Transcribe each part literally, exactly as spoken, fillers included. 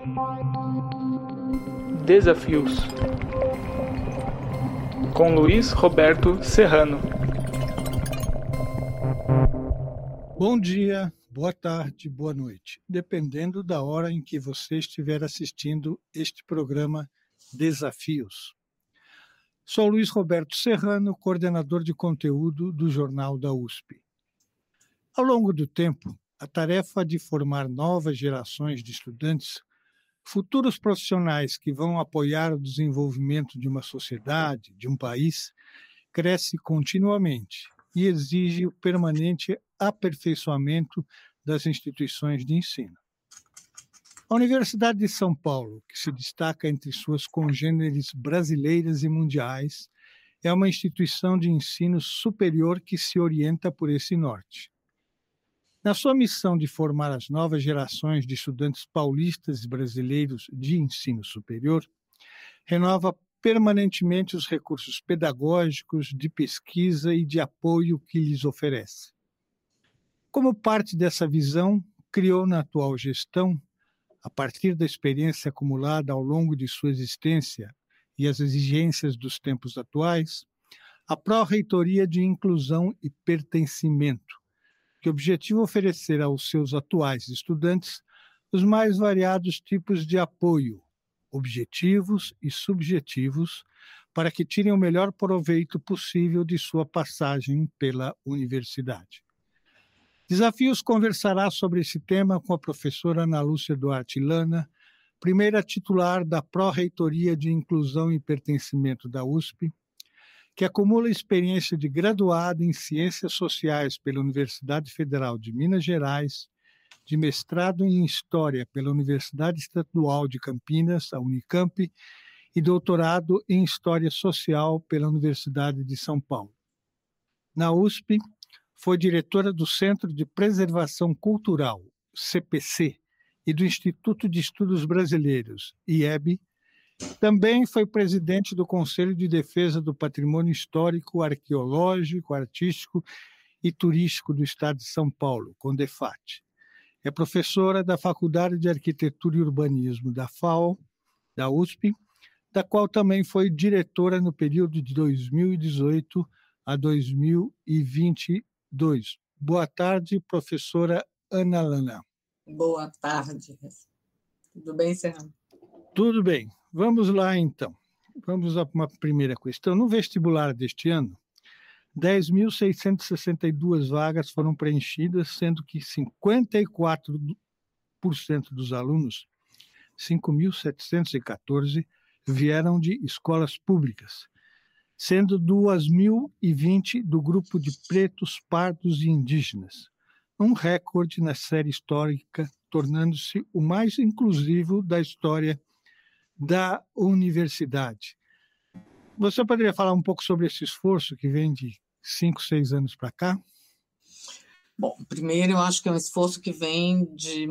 Desafios, com Luiz Roberto Serrano. Bom dia, boa tarde, boa noite, dependendo da hora em que você estiver assistindo este programa Desafios. Sou Luiz Roberto Serrano, coordenador de conteúdo do Jornal da U S P. Ao longo do tempo, a tarefa de formar novas gerações de estudantes, futuros profissionais que vão apoiar o desenvolvimento de uma sociedade, de um país, cresce continuamente e exige o permanente aperfeiçoamento das instituições de ensino. A Universidade de São Paulo, que se destaca entre suas congêneres brasileiras e mundiais, é uma instituição de ensino superior que se orienta por esse norte. Na sua missão de formar as novas gerações de estudantes paulistas e brasileiros de ensino superior, renova permanentemente os recursos pedagógicos, de pesquisa e de apoio que lhes oferece. Como parte dessa visão, criou na atual gestão, a partir da experiência acumulada ao longo de sua existência e as exigências dos tempos atuais, a Pró-Reitoria de Inclusão e Pertencimento, que objetiva oferecer aos seus atuais estudantes os mais variados tipos de apoio, objetivos e subjetivos, para que tirem o melhor proveito possível de sua passagem pela universidade. Desafios conversará sobre esse tema com a professora Ana Lúcia Duarte Lana, primeira titular da Pró-Reitoria de Inclusão e Pertencimento da U S P, que acumula experiência de graduada em Ciências Sociais pela Universidade Federal de Minas Gerais, de mestrado em História pela Universidade Estadual de Campinas, a Unicamp, e doutorado em História Social pela Universidade de São Paulo. Na U S P, foi diretora do Centro de Preservação Cultural, C P C, e do Instituto de Estudos Brasileiros, I E B. Também foi presidente do Conselho de Defesa do Patrimônio Histórico, Arqueológico, Artístico e Turístico do Estado de São Paulo, CONDEFAT. É professora da Faculdade de Arquitetura e Urbanismo da F A O, da U S P, da qual também foi diretora no período de dois mil e dezoito a dois mil e vinte e dois. Boa tarde, professora Ana Lana. Boa tarde. Tudo bem, Serrano? Tudo bem. Vamos lá, então. Vamos a uma primeira questão. No vestibular deste ano, dez mil seiscentas e sessenta e duas vagas foram preenchidas, sendo que cinquenta e quatro por cento dos alunos, cinco mil setecentos e quatorze, vieram de escolas públicas, sendo duas mil e vinte do grupo de pretos, pardos e indígenas, um recorde na série histórica, tornando-se o mais inclusivo da história da universidade. Você poderia falar um pouco sobre esse esforço que vem de cinco, seis anos para cá? Bom, primeiro eu acho que é um esforço que vem de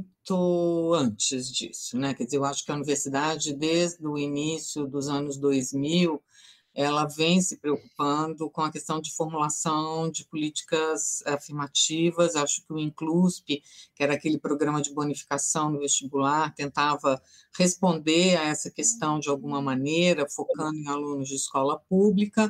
muito antes disso, né? Quer dizer, eu acho que a universidade, desde o início dos anos dois mil, ela vem se preocupando com a questão de formulação de políticas afirmativas. Acho que o Inclusp, que era aquele programa de bonificação no vestibular, tentava responder a essa questão de alguma maneira, focando em alunos de escola pública.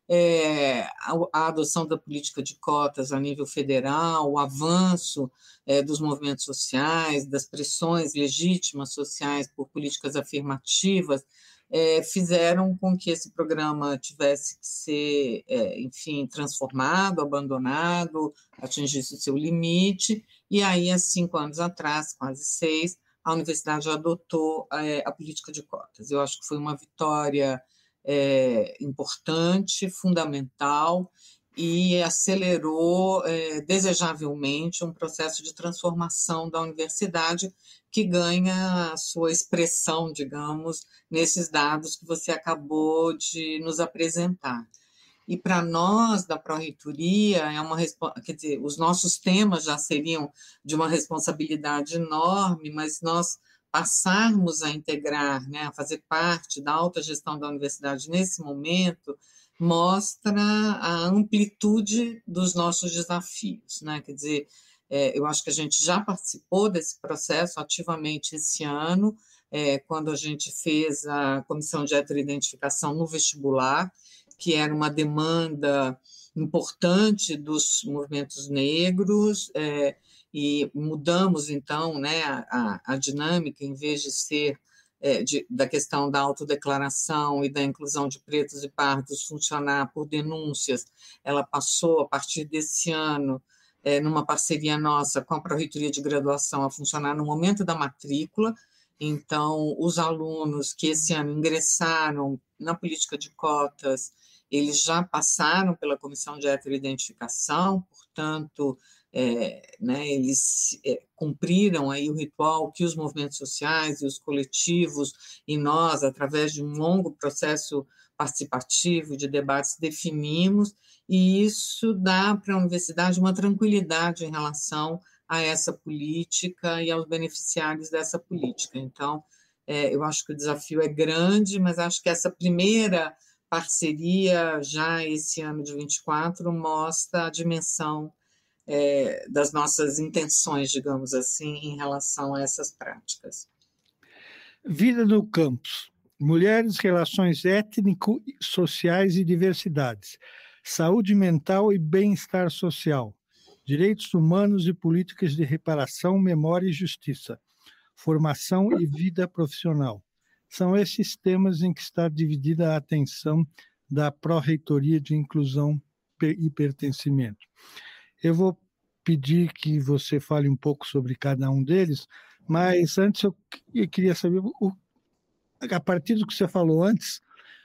É, a, a adoção da política de cotas a nível federal, o avanço é, dos movimentos sociais, das pressões legítimas sociais por políticas afirmativas, É, fizeram com que esse programa tivesse que ser, é, enfim, transformado, abandonado, atingisse o seu limite, e aí, há cinco anos atrás, quase seis, a universidade adotou é, a política de cotas. Eu acho que foi uma vitória é, importante, fundamental, e acelerou é, desejavelmente um processo de transformação da universidade que ganha a sua expressão, digamos, nesses dados que você acabou de nos apresentar. E para nós, da Pró-Reitoria, é uma, quer dizer, os nossos temas já seriam de uma responsabilidade enorme, mas nós passarmos a integrar, né, a fazer parte da alta gestão da universidade nesse momento, mostra a amplitude dos nossos desafios, né? Quer dizer, É, eu acho que a gente já participou desse processo ativamente esse ano, é, quando a gente fez a comissão de heteroidentificação no vestibular, que era uma demanda importante dos movimentos negros, é, e mudamos, então, né, a, a dinâmica, em vez de ser é, de, da questão da autodeclaração e da inclusão de pretos e pardos funcionar por denúncias, ela passou, a partir desse ano, é, numa parceria nossa com a Pró-Reitoria de Graduação, a funcionar no momento da matrícula. Então, os alunos que esse ano ingressaram na política de cotas, eles já passaram pela comissão de heteroidentificação, portanto, é, né, eles é, cumpriram aí o ritual que os movimentos sociais e os coletivos e nós, através de um longo processo participativo de debates, definimos, e isso dá para a universidade uma tranquilidade em relação a essa política e aos beneficiários dessa política. Então, é, eu acho que o desafio é grande, mas acho que essa primeira parceria, já esse ano de vinte e quatro, mostra a dimensão é, das nossas intenções, digamos assim, em relação a essas práticas. Vida no campus. Mulheres, relações étnico-sociais e diversidades. Saúde mental e bem-estar social. Direitos humanos e políticas de reparação, memória e justiça. Formação e vida profissional. São esses temas em que está dividida a atenção da Pró-Reitoria de Inclusão e Pertencimento. Eu vou pedir que você fale um pouco sobre cada um deles, mas antes eu queria saber, o, a partir do que você falou antes,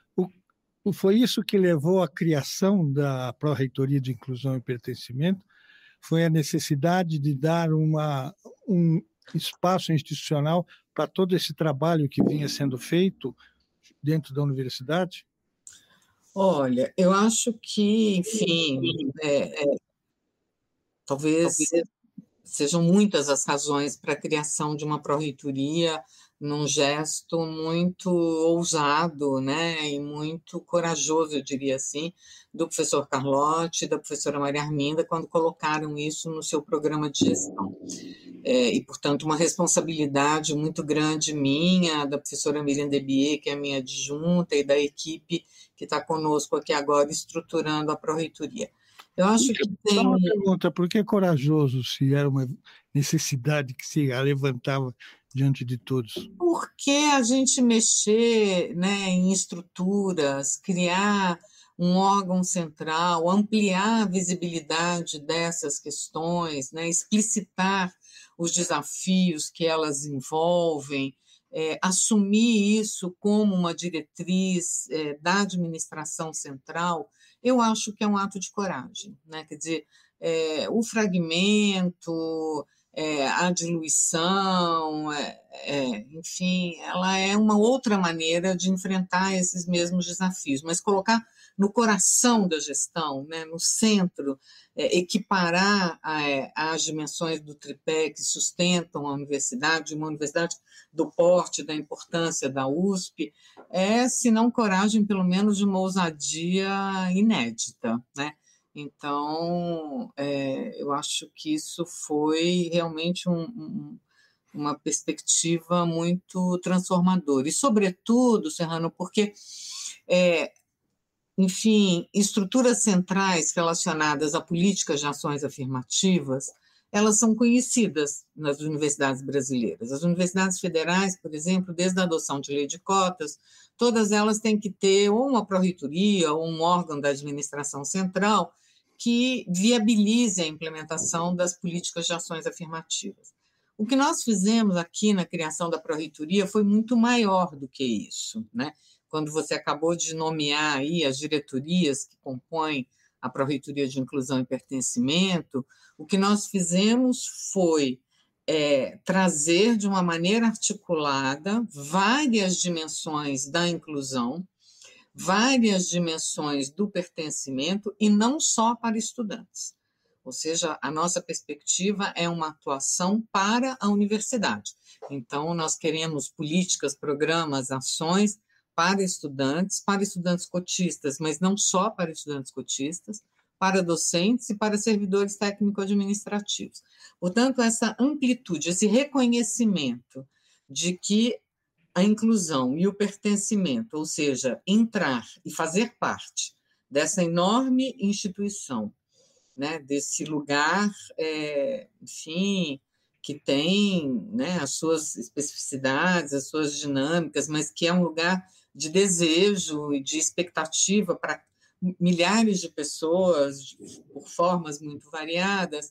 o, foi isso que levou à criação da Pró-Reitoria de Inclusão e Pertencimento? Foi a necessidade de dar uma, um espaço institucional para todo esse trabalho que vinha sendo feito dentro da universidade? Olha, eu acho que, enfim, é, é, talvez sejam muitas as razões para a criação de uma pró-reitoria, num gesto muito ousado, né, e muito corajoso, eu diria assim, do professor Carlotti e da professora Maria Arminda, quando colocaram isso no seu programa de gestão. É, e, portanto, uma responsabilidade muito grande minha, da professora Miriam Debier, que é a minha adjunta, e da equipe que está conosco aqui agora, estruturando a pró-reitoria. Eu acho que tem... Só uma pergunta, por que corajoso, se era uma necessidade que se levantava diante de todos? Porque a gente mexer, né, em estruturas, criar um órgão central, ampliar a visibilidade dessas questões, né, explicitar os desafios que elas envolvem, é, assumir isso como uma diretriz é, da administração central, eu acho que é um ato de coragem, né? Quer dizer, é, o fragmento, é, a diluição, é, é, enfim, ela é uma outra maneira de enfrentar esses mesmos desafios, mas colocar no coração da gestão, né, no centro, é, equiparar a, as dimensões do tripé que sustentam a universidade, uma universidade do porte, da importância da U S P, é, se não coragem, pelo menos de uma ousadia inédita, né? Então, é, eu acho que isso foi realmente um, um, uma perspectiva muito transformadora. E, sobretudo, Serrano, porque, é, enfim, estruturas centrais relacionadas a políticas de ações afirmativas, elas são conhecidas nas universidades brasileiras. As universidades federais, por exemplo, desde a adoção de lei de cotas, todas elas têm que ter ou uma pró-reitoria ou um órgão da administração central que viabilize a implementação das políticas de ações afirmativas. O que nós fizemos aqui na criação da pró-reitoria foi muito maior do que isso, né? Quando você acabou de nomear aí as diretorias que compõem a Pró-Reitoria de Inclusão e Pertencimento, o que nós fizemos foi é, trazer de uma maneira articulada várias dimensões da inclusão, várias dimensões do pertencimento, e não só para estudantes. Ou seja, a nossa perspectiva é uma atuação para a universidade. Então, nós queremos políticas, programas, ações para estudantes, para estudantes cotistas, mas não só para estudantes cotistas, para docentes e para servidores técnico-administrativos. Portanto, essa amplitude, esse reconhecimento de que a inclusão e o pertencimento, ou seja, entrar e fazer parte dessa enorme instituição, né, desse lugar, é, enfim, que tem, né, as suas especificidades, as suas dinâmicas, mas que é um lugar de desejo e de expectativa para milhares de pessoas, por formas muito variadas,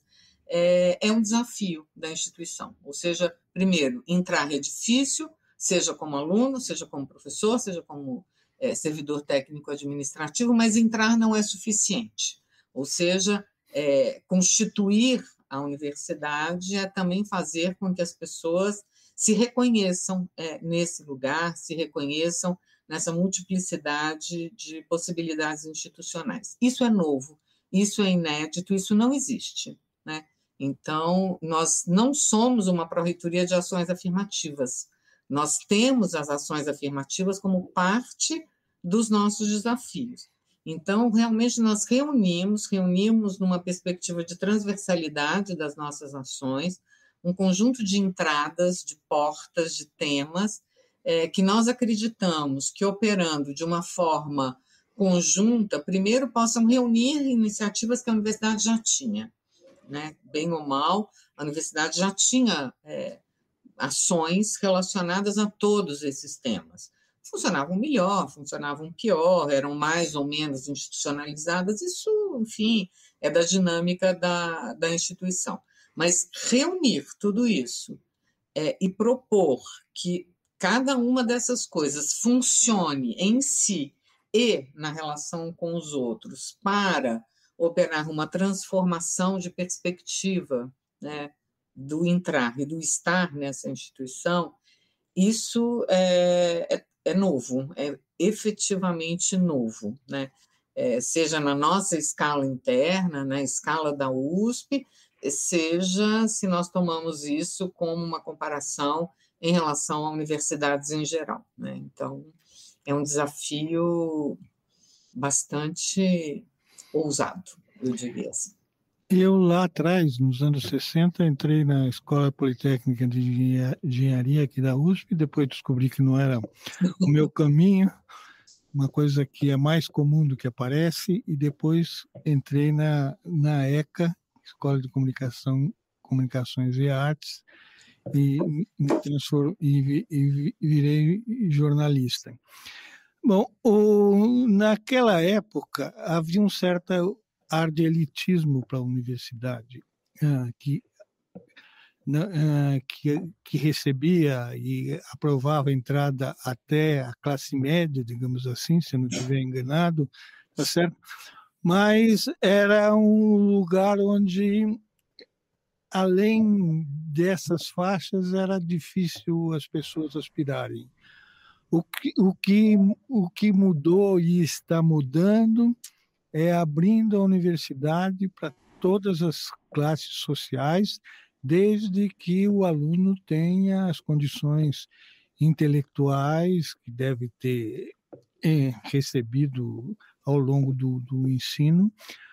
é, é um desafio da instituição. Ou seja, primeiro, entrar é difícil, seja como aluno, seja como professor, seja como é, servidor técnico-administrativo, mas entrar não é suficiente. Ou seja, é, constituir a universidade é também fazer com que as pessoas se reconheçam é, nesse lugar, se reconheçam nessa multiplicidade de possibilidades institucionais. Isso é novo, isso é inédito, isso não existe, né? Então, nós não somos uma pró-reitoria de ações afirmativas. Nós temos as ações afirmativas como parte dos nossos desafios. Então, realmente, nós reunimos, reunimos numa perspectiva de transversalidade das nossas ações, um conjunto de entradas, de portas, de temas, é, que nós acreditamos que, operando de uma forma conjunta, primeiro possam reunir iniciativas que a universidade já tinha, né? Bem ou mal, a universidade já tinha é, ações relacionadas a todos esses temas. Funcionavam melhor, funcionavam pior, eram mais ou menos institucionalizadas, isso, enfim, é da dinâmica da, da instituição. Mas reunir tudo isso é, e propor que cada uma dessas coisas funcione em si e na relação com os outros para operar uma transformação de perspectiva, né, do entrar e do estar nessa instituição, isso é, é, é novo, é efetivamente novo, né? É, seja na nossa escala interna, na escala da U S P, seja se nós tomamos isso como uma comparação em relação a universidades em geral, né? Então, é um desafio bastante ousado, eu diria assim. Eu, lá atrás, nos anos sessenta, entrei na Escola Politécnica de Engenharia aqui da U S P, depois descobri que não era o meu caminho, uma coisa que é mais comum do que aparece, e depois entrei na, na ECA, Escola de Comunicação, Comunicações e Artes, e me transformei e, e, e virei jornalista. Bom, o, naquela época havia um certo ar de elitismo para a universidade, ah, que, ah, que, que recebia e aprovava a entrada até a classe média, digamos assim, se eu não estiver enganado, tá certo? Mas era um lugar onde, além dessas faixas, era difícil as pessoas aspirarem. O que, o que, o que mudou e está mudando é abrindo a universidade para todas as classes sociais, desde que o aluno tenha as condições intelectuais que deve ter é, recebido ao longo do, do ensino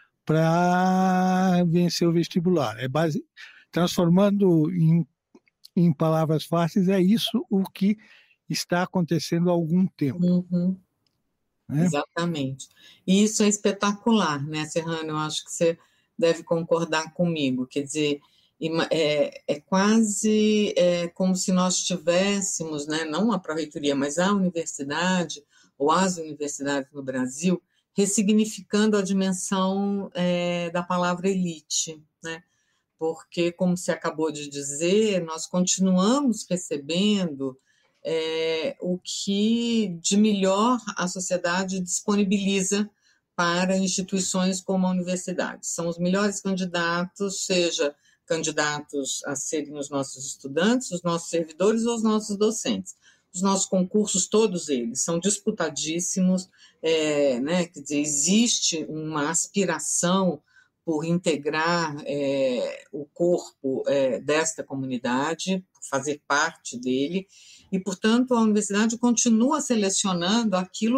para vencer o vestibular. É base, transformando em, em palavras fáceis, é isso o que está acontecendo há algum tempo. Uhum. É? Exatamente. E isso é espetacular, né, Serrano? Eu acho que você deve concordar comigo. Quer dizer, é, é quase é, como se nós tivéssemos, né, não a pró-reitoria, mas a universidade, ou as universidades no Brasil, ressignificando a dimensão é, da palavra elite, né? Porque, como você acabou de dizer, nós continuamos recebendo É, o que de melhor a sociedade disponibiliza para instituições como a universidade. São os melhores candidatos, seja candidatos a serem os nossos estudantes, os nossos servidores ou os nossos docentes. Os nossos concursos, todos eles, são disputadíssimos, é, né, quer dizer, existe uma aspiração por integrar é, o corpo é, desta comunidade, fazer parte dele, e, portanto, a universidade continua selecionando aquilo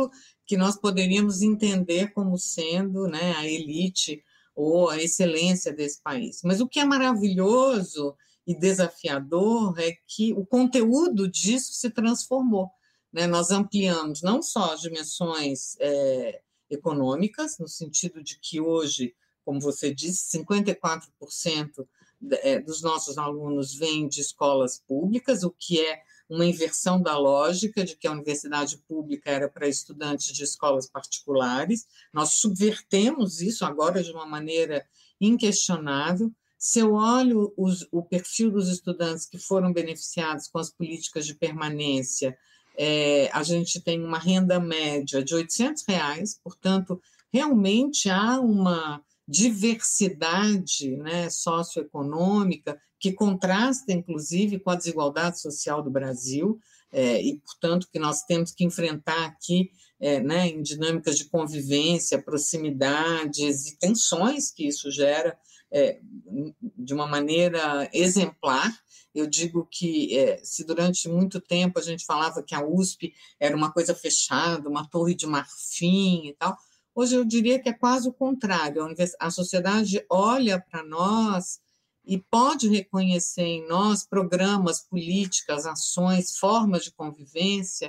que nós poderíamos entender como sendo, né, a elite ou a excelência desse país. Mas o que é maravilhoso e desafiador é que o conteúdo disso se transformou, né? Nós ampliamos não só as dimensões é, econômicas, no sentido de que hoje, como você disse, cinquenta e quatro por cento dos nossos alunos vêm de escolas públicas, o que é uma inversão da lógica de que a universidade pública era para estudantes de escolas particulares. Nós subvertemos isso agora de uma maneira inquestionável. Se eu olho os, o perfil dos estudantes que foram beneficiados com as políticas de permanência, é, a gente tem uma renda média de oitocentos reais, portanto, realmente há uma diversidade, né, socioeconômica que contrasta, inclusive, com a desigualdade social do Brasil, é, e, portanto, que nós temos que enfrentar aqui, é, né, em dinâmicas de convivência, proximidades e tensões que isso gera é, de uma maneira exemplar. Eu digo que, é, se durante muito tempo a gente falava que a U S P era uma coisa fechada, uma torre de marfim e tal, hoje eu diria que é quase o contrário. A sociedade olha para nós e pode reconhecer em nós programas, políticas, ações, formas de convivência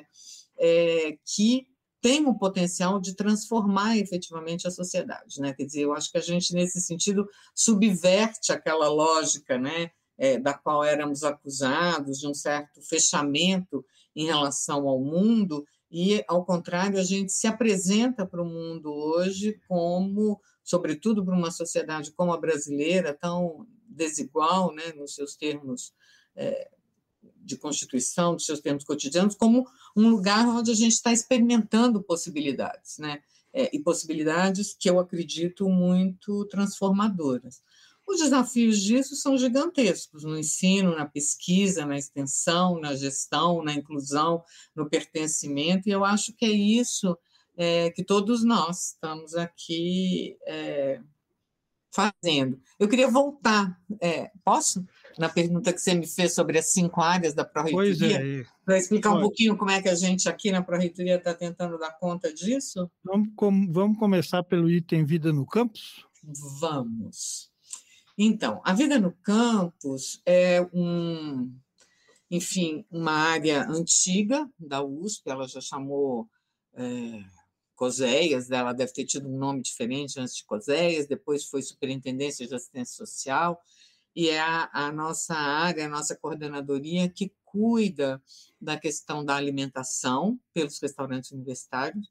é, que têm o potencial de transformar efetivamente a sociedade, né? Quer dizer, eu acho que a gente, nesse sentido, subverte aquela lógica, né, é, da qual éramos acusados, de um certo fechamento em relação ao mundo, e, ao contrário, a gente se apresenta para o mundo hoje como, sobretudo para uma sociedade como a brasileira, tão desigual, né, nos seus termos é, de constituição, dos seus termos cotidianos, como um lugar onde a gente está experimentando possibilidades, né, é, e possibilidades que eu acredito muito transformadoras. Os desafios disso são gigantescos, no ensino, na pesquisa, na extensão, na gestão, na inclusão, no pertencimento, e eu acho que é isso é, que todos nós estamos aqui é, fazendo. Eu queria voltar, é, posso? Na pergunta que você me fez sobre as cinco áreas da Pró-Reitoria, Pois é. para explicar Pode. um pouquinho como é que a gente aqui na Pró-Reitoria está tentando dar conta disso? Vamos, com, vamos começar pelo item Vida no Campus? Vamos. Então, a vida no campus é um, enfim, uma área antiga da U S P, ela já chamou é, COSEIAS, ela deve ter tido um nome diferente antes de COSEIAS, depois foi Superintendência de Assistência Social, e é a, a nossa área, a nossa coordenadoria que cuida da questão da alimentação pelos restaurantes universitários,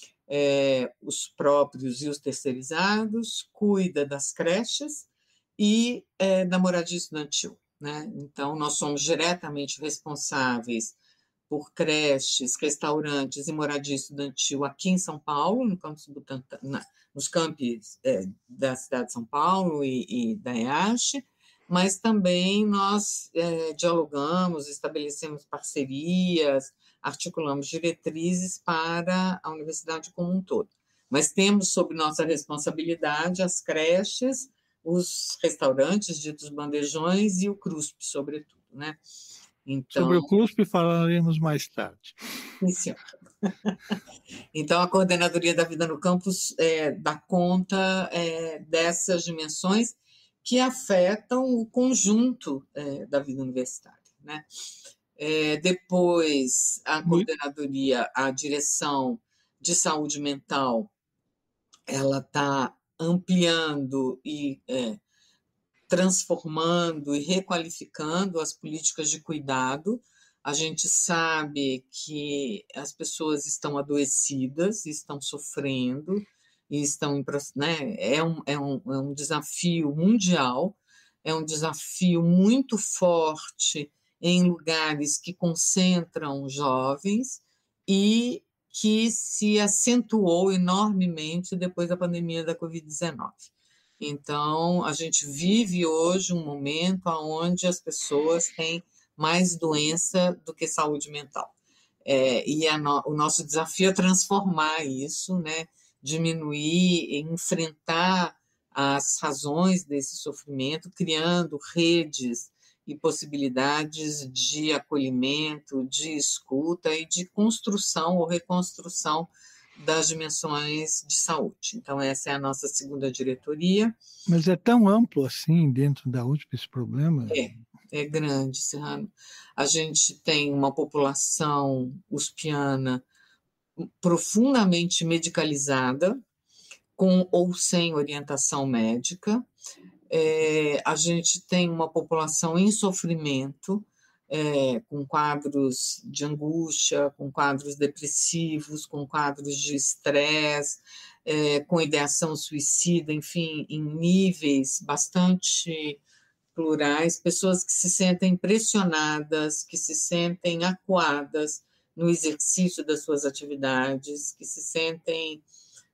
é, os próprios e os terceirizados, cuida das creches, e é, da moradia estudantil, né? Então, nós somos diretamente responsáveis por creches, restaurantes e moradia estudantil aqui em São Paulo, no campus Butantã, na, nos campos é, da cidade de São Paulo e, e da E A S H, mas também nós é, dialogamos, estabelecemos parcerias, articulamos diretrizes para a universidade como um todo. Mas temos sob nossa responsabilidade as creches, os restaurantes, ditos bandejões, e o CRUSP, sobretudo, né? Então, sobre o CRUSP falaremos mais tarde. Sim, então, a Coordenadoria da Vida no Campus é, dá conta é, dessas dimensões que afetam o conjunto é, da vida universitária, né? É, depois, a coordenadoria, a direção de saúde mental, ela está ampliando e é, transformando e requalificando as políticas de cuidado. A gente sabe que as pessoas estão adoecidas, estão sofrendo, e estão, né, é, um, é, um, é um desafio mundial, é um desafio muito forte em lugares que concentram jovens e que se acentuou enormemente depois da pandemia da covid dezenove. Então, a gente vive hoje um momento onde as pessoas têm mais doença do que saúde mental. É, e a no, o nosso desafio é transformar isso, né, diminuir, enfrentar as razões desse sofrimento, criando redes e possibilidades de acolhimento, de escuta e de construção ou reconstrução das dimensões de saúde. Então, essa é a nossa segunda diretoria. Mas é tão amplo assim dentro da U S P esse problema? É, é grande, Serrano. A gente tem uma população uspiana profundamente medicalizada, com ou sem orientação médica. É, a gente tem uma população em sofrimento, é, com quadros de angústia, com quadros depressivos, com quadros de estresse, é, com ideação suicida, enfim, em níveis bastante plurais, pessoas que se sentem pressionadas, que se sentem acuadas no exercício das suas atividades, que se sentem,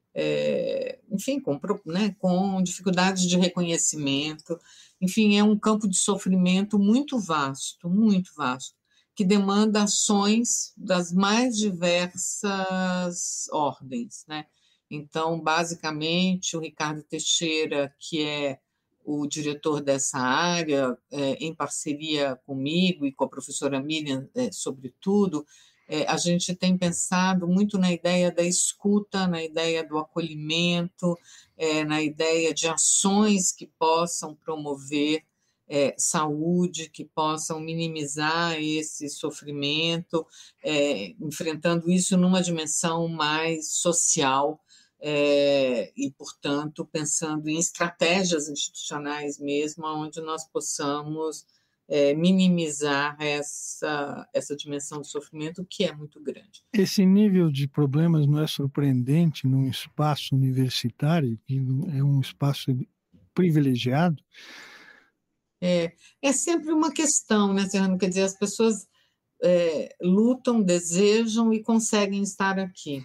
é, enfim, com, né, com dificuldades de reconhecimento. Enfim, é um campo de sofrimento muito vasto, muito vasto, que demanda ações das mais diversas ordens, né? Então, basicamente, o Ricardo Teixeira, que é o diretor dessa área, é, em parceria comigo e com a professora Miriam, é, sobretudo, é, a gente tem pensado muito na ideia da escuta, na ideia do acolhimento, é, na ideia de ações que possam promover é, saúde, que possam minimizar esse sofrimento, é, enfrentando isso numa dimensão mais social, É, e, portanto, pensando em estratégias institucionais mesmo, onde nós possamos é, minimizar essa, essa dimensão de sofrimento, que é muito grande. Esse nível de problemas não é surpreendente num espaço universitário, que é um espaço privilegiado? É, é sempre uma questão, né, Serrano? Quer dizer, as pessoas é, lutam, desejam e conseguem estar aqui.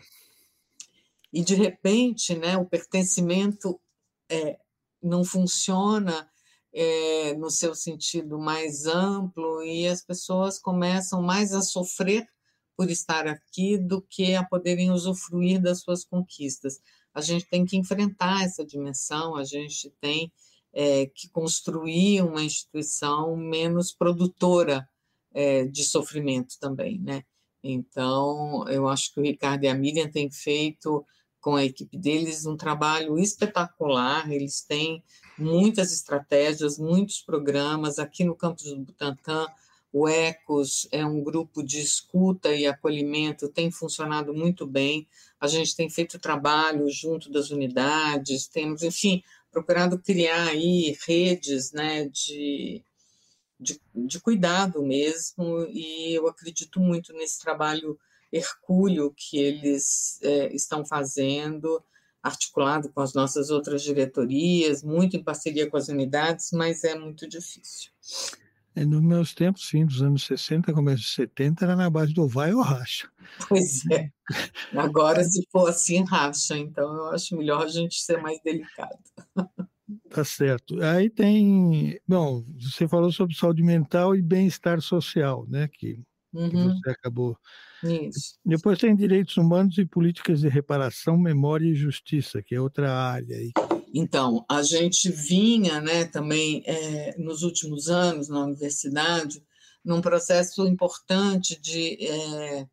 E, de repente, né, o pertencimento é, não funciona é, no seu sentido mais amplo e as pessoas começam mais a sofrer por estar aqui do que a poderem usufruir das suas conquistas. A gente tem que enfrentar essa dimensão, a gente tem é, que construir uma instituição menos produtora é, de sofrimento também, né? Então, eu acho que o Ricardo e a Miriam têm feito com a equipe deles um trabalho espetacular, eles têm muitas estratégias, muitos programas. Aqui no campus do Butantã, o ECOS é um grupo de escuta e acolhimento, tem funcionado muito bem, a gente tem feito trabalho junto das unidades, temos, enfim, procurado criar aí redes, né, de, de, de cuidado mesmo, e eu acredito muito nesse trabalho hercúleo que eles é, estão fazendo, articulado com as nossas outras diretorias, muito em parceria com as unidades, mas é muito difícil. É, nos meus tempos, fim dos anos sessenta, começo dos setenta, era na base do vai ou racha. Pois é. Agora, se for assim, racha. Então, eu acho melhor a gente ser mais delicado. Tá certo. Aí tem... Bom, você falou sobre saúde mental e bem-estar social, né? Que, Uhum. que você acabou... Isso. Depois tem direitos humanos e políticas de reparação, memória e justiça, que é outra área aí. Então, a gente vinha, né, também é, nos últimos anos na universidade, num processo importante de, é,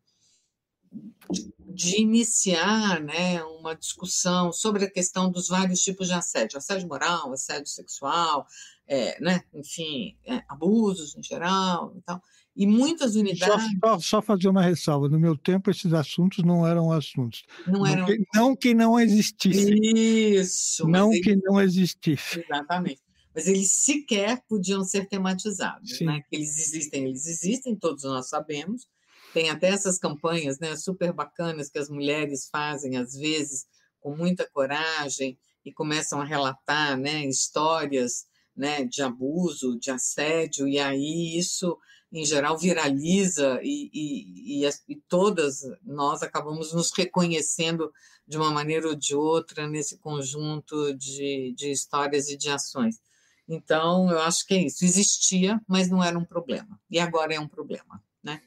de, de iniciar, né, uma discussão sobre a questão dos vários tipos de assédio, assédio moral, assédio sexual, é, né, enfim, é, abusos em geral e tal. E muitas unidades... Só, só, só fazer uma ressalva, no meu tempo esses assuntos não eram assuntos. Não, não, eram... que, não que não existissem. Isso. Não eles... que não existissem. Exatamente. Mas eles sequer podiam ser tematizados, Sim. né? Eles existem, eles existem, todos nós sabemos. Tem até essas campanhas, né, super bacanas que as mulheres fazem, às vezes, com muita coragem, e começam a relatar, né, histórias, né, de abuso, de assédio, e aí isso, em geral, viraliza, e, e, e, e todas nós acabamos nos reconhecendo de uma maneira ou de outra nesse conjunto de, de histórias e de ações. Então, eu acho que é isso. Existia, mas não era um problema. E agora é um problema, né?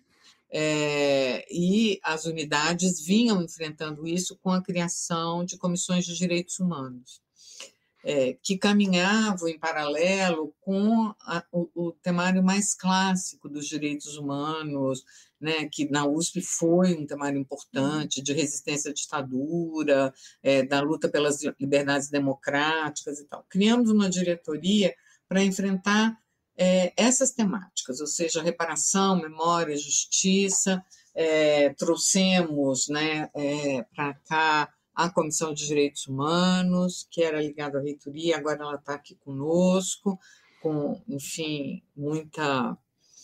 É, e as unidades vinham enfrentando isso com a criação de comissões de direitos humanos, é, que caminhavam em paralelo com a, o, o temário mais clássico dos direitos humanos, né, que na U S P foi um temaram importante, de resistência à ditadura, é, da luta pelas liberdades democráticas e tal. Criamos uma diretoria para enfrentar é, essas temáticas, ou seja, reparação, memória, justiça. É, trouxemos, né, é, para cá a Comissão de Direitos Humanos, que era ligada à reitoria, agora ela está aqui conosco, com, enfim, muita,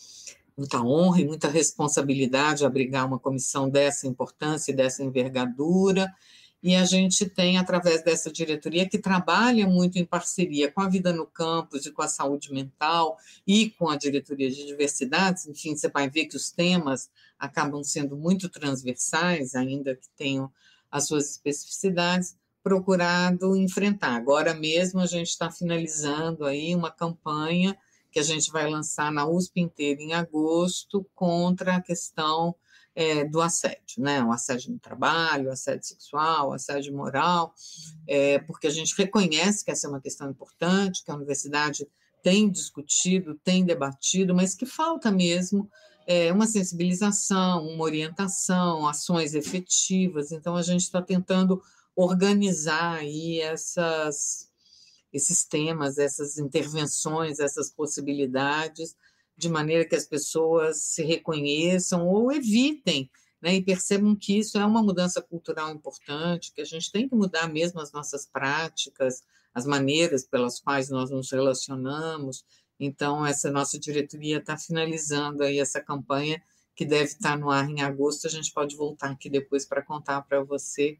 muita honra e muita responsabilidade abrigar uma comissão dessa importância e dessa envergadura. E a gente tem, através dessa diretoria, que trabalha muito em parceria com a Vida no Campus e com a saúde mental e com a diretoria de diversidades. Enfim, você vai ver que os temas acabam sendo muito transversais, ainda que tenham as suas especificidades, procurado enfrentar. Agora mesmo a gente está finalizando aí uma campanha que a gente vai lançar na U S P inteira em agosto contra a questão É, do assédio, né? O assédio no trabalho, o assédio sexual, o assédio moral, é, porque a gente reconhece que essa é uma questão importante, que a universidade tem discutido, tem debatido, mas que falta mesmo é, uma sensibilização, uma orientação, ações efetivas. Então, a gente está tentando organizar aí essas, esses temas, essas intervenções, essas possibilidades, de maneira que as pessoas se reconheçam ou evitem, né, e percebam que isso é uma mudança cultural importante, que a gente tem que mudar mesmo as nossas práticas, as maneiras pelas quais nós nos relacionamos. Então, essa nossa diretoria está finalizando aí essa campanha, que deve estar no ar em agosto. A gente pode voltar aqui depois para contar para você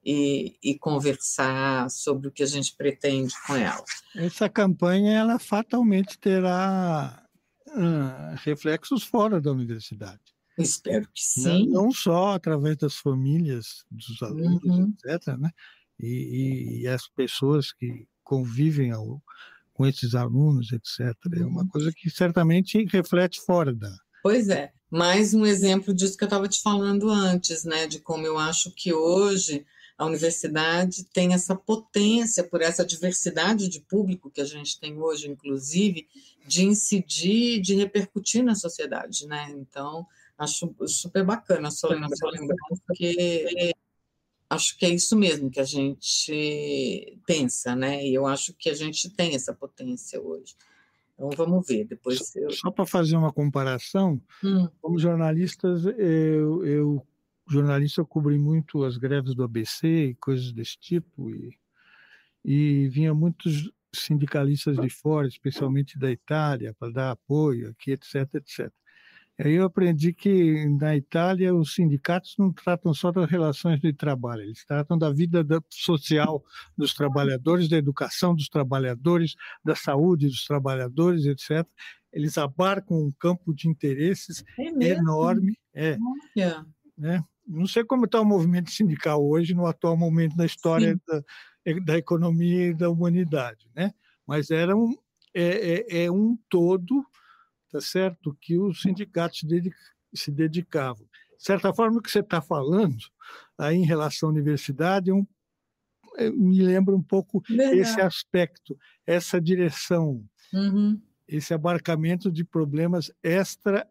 e, e conversar sobre o que a gente pretende com ela. Essa campanha, ela fatalmente terá Uh, reflexos fora da universidade. Espero que sim. Não, não só através das famílias dos alunos, uhum. etcétera, né? E, e, e as pessoas que convivem ao, com esses alunos, etcétera. Uhum. É uma coisa que certamente reflete fora da... Pois é. Mais um exemplo disso que eu estava te falando antes, né? De como eu acho que hoje a universidade tem essa potência, por essa diversidade de público que a gente tem hoje, inclusive, de incidir, de repercutir na sociedade, né? Então, acho super bacana a sua lembrança, porque acho que é isso mesmo que a gente pensa, né? E eu acho que a gente tem essa potência hoje. Então, vamos ver. Depois Só, eu... só para fazer uma comparação, hum. como jornalistas, eu... eu jornalista, eu cobri muito as greves do A B C e coisas desse tipo, e, e vinha muitos sindicalistas de fora, especialmente da Itália, para dar apoio aqui, etc, etcétera. Aí eu aprendi que na Itália os sindicatos não tratam só das relações de trabalho, eles tratam da vida social dos trabalhadores, da educação dos trabalhadores, da saúde dos trabalhadores, etcétera. Eles abarcam um campo de interesses é enorme. É, Olha. né? Não sei como está o movimento sindical hoje, no atual momento da história da, da economia e da humanidade, né? Mas era um, é, é, é um todo, tá certo, que os sindicatos dedica, se dedicavam. De certa forma, o que você está falando aí em relação à universidade é um, é, me lembra um pouco Verdade. Esse aspecto, essa direção, uhum. esse abarcamento de problemas extra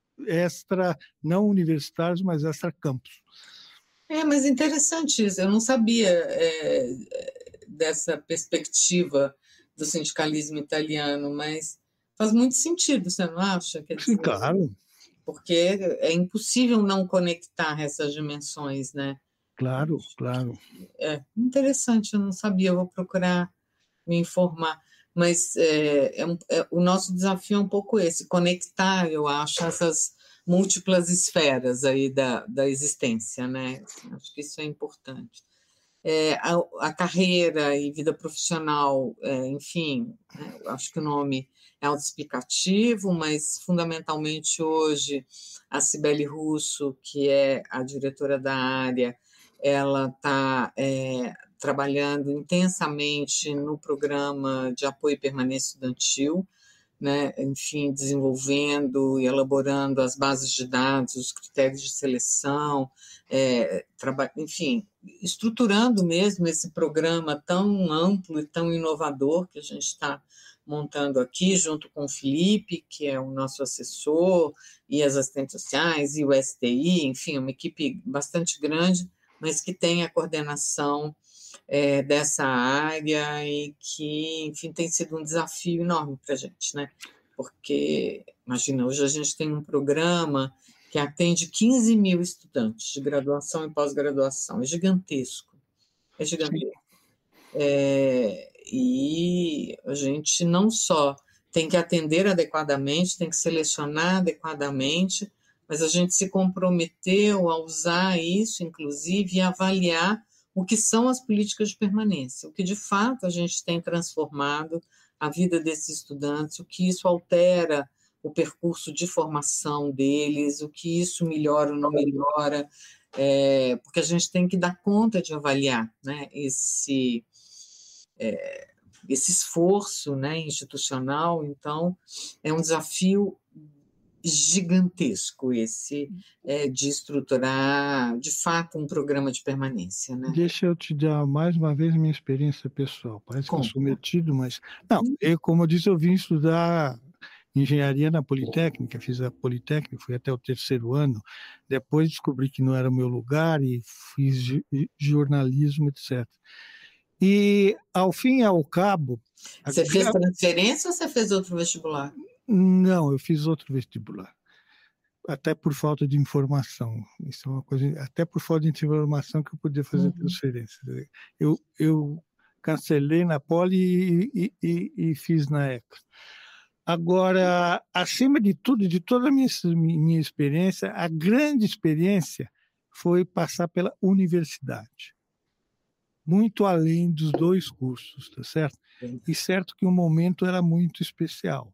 extra, não universitários, mas extra campus. É, mas interessante isso, eu não sabia é, dessa perspectiva do sindicalismo italiano, mas faz muito sentido, você não acha? Quer dizer, Sim, claro. Porque é impossível não conectar essas dimensões, né? Claro, claro. É interessante, eu não sabia, eu vou procurar me informar. Mas é, é, é, o nosso desafio é um pouco esse, conectar, eu acho, essas múltiplas esferas aí da, da existência, né? Acho que isso é importante. É, a, a carreira e vida profissional, é, enfim, né, acho que o nome é autoexplicativo, mas fundamentalmente hoje a Cibele Russo, que é a diretora da área, ela está é, trabalhando intensamente no programa de apoio e permanência estudantil, né, enfim, desenvolvendo e elaborando as bases de dados, os critérios de seleção, é, enfim, estruturando mesmo esse programa tão amplo e tão inovador que a gente está montando aqui, junto com o Felipe, que é o nosso assessor, e as assistentes sociais, e o S T I, enfim, uma equipe bastante grande, mas que tem a coordenação é, dessa área e que, enfim, tem sido um desafio enorme para a gente, né? Porque, imagina, hoje a gente tem um programa que atende quinze mil estudantes de graduação e pós-graduação, é gigantesco, é gigantesco. É, e a gente não só tem que atender adequadamente, tem que selecionar adequadamente, mas a gente se comprometeu a usar isso, inclusive, e avaliar o que são as políticas de permanência, o que de fato a gente tem transformado a vida desses estudantes, o que isso altera o percurso de formação deles, o que isso melhora ou não melhora, é, porque a gente tem que dar conta de avaliar, né, esse, é, esse esforço, né, institucional. Então, é um desafio gigantesco esse é, de estruturar, de fato, um programa de permanência, né? Deixa eu te dar mais uma vez minha experiência pessoal. Parece Como? que eu sou metido, mas... Não, eu, como eu disse, eu vim estudar engenharia na Politécnica, fiz a Politécnica, fui até o terceiro ano, depois descobri que não era o meu lugar e fiz jornalismo, etcétera. E, ao fim e ao cabo... Você fez transferência ou você fez outro vestibular? Não, eu fiz outro vestibular. Até por falta de informação. Isso é uma coisa, até por falta de informação que eu podia fazer uhum. transferência. Eu, eu cancelei na Poli e, e, e fiz na E C A. Agora, acima de tudo, de toda a minha, minha experiência, a grande experiência foi passar pela universidade. Muito além dos dois cursos, tá certo? E certo que o momento era muito especial.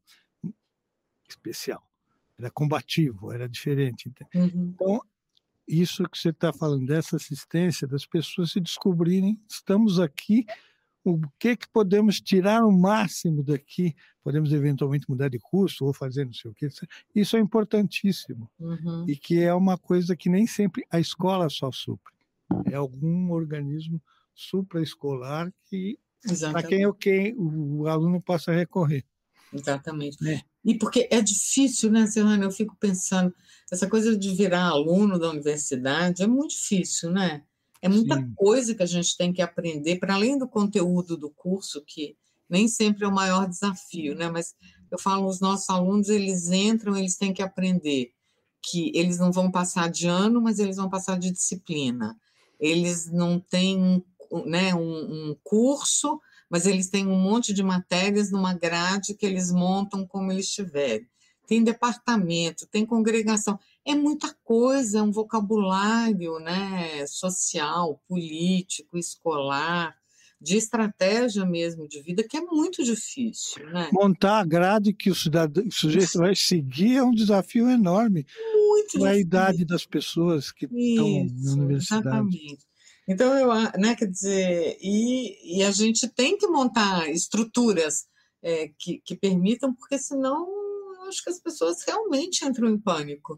Especial. Era combativo, era diferente. Uhum. Então, isso que você está falando, dessa assistência, das pessoas se descobrirem, estamos aqui, o que, que podemos tirar o máximo daqui, podemos eventualmente mudar de curso ou fazer não sei o quê, isso é importantíssimo. Uhum. E que é uma coisa que nem sempre a escola só supre, é algum organismo supraescolar que, para quem, quem o aluno possa recorrer. Exatamente. É. E porque é difícil, né, Serrano? Eu fico pensando, essa coisa de virar aluno da universidade é muito difícil, né? É muita Sim. coisa que a gente tem que aprender, para além do conteúdo do curso, que nem sempre é o maior desafio, né? Mas eu falo, os nossos alunos, eles entram, eles têm que aprender que eles não vão passar de ano, mas eles vão passar de disciplina. Eles não têm, né, um, um curso, mas eles têm um monte de matérias numa grade que eles montam como eles tiverem. Tem departamento, tem congregação, é muita coisa, é um vocabulário, né, social, político, escolar, de estratégia mesmo de vida, que é muito difícil, né? Montar a grade que o, cidadão, o sujeito vai seguir é um desafio enorme. Muito difícil. A idade das pessoas que Isso, estão na universidade. Exatamente. Então, eu, né, quer dizer, e, e a gente tem que montar estruturas é, que, que permitam, porque senão eu acho que as pessoas realmente entram em pânico,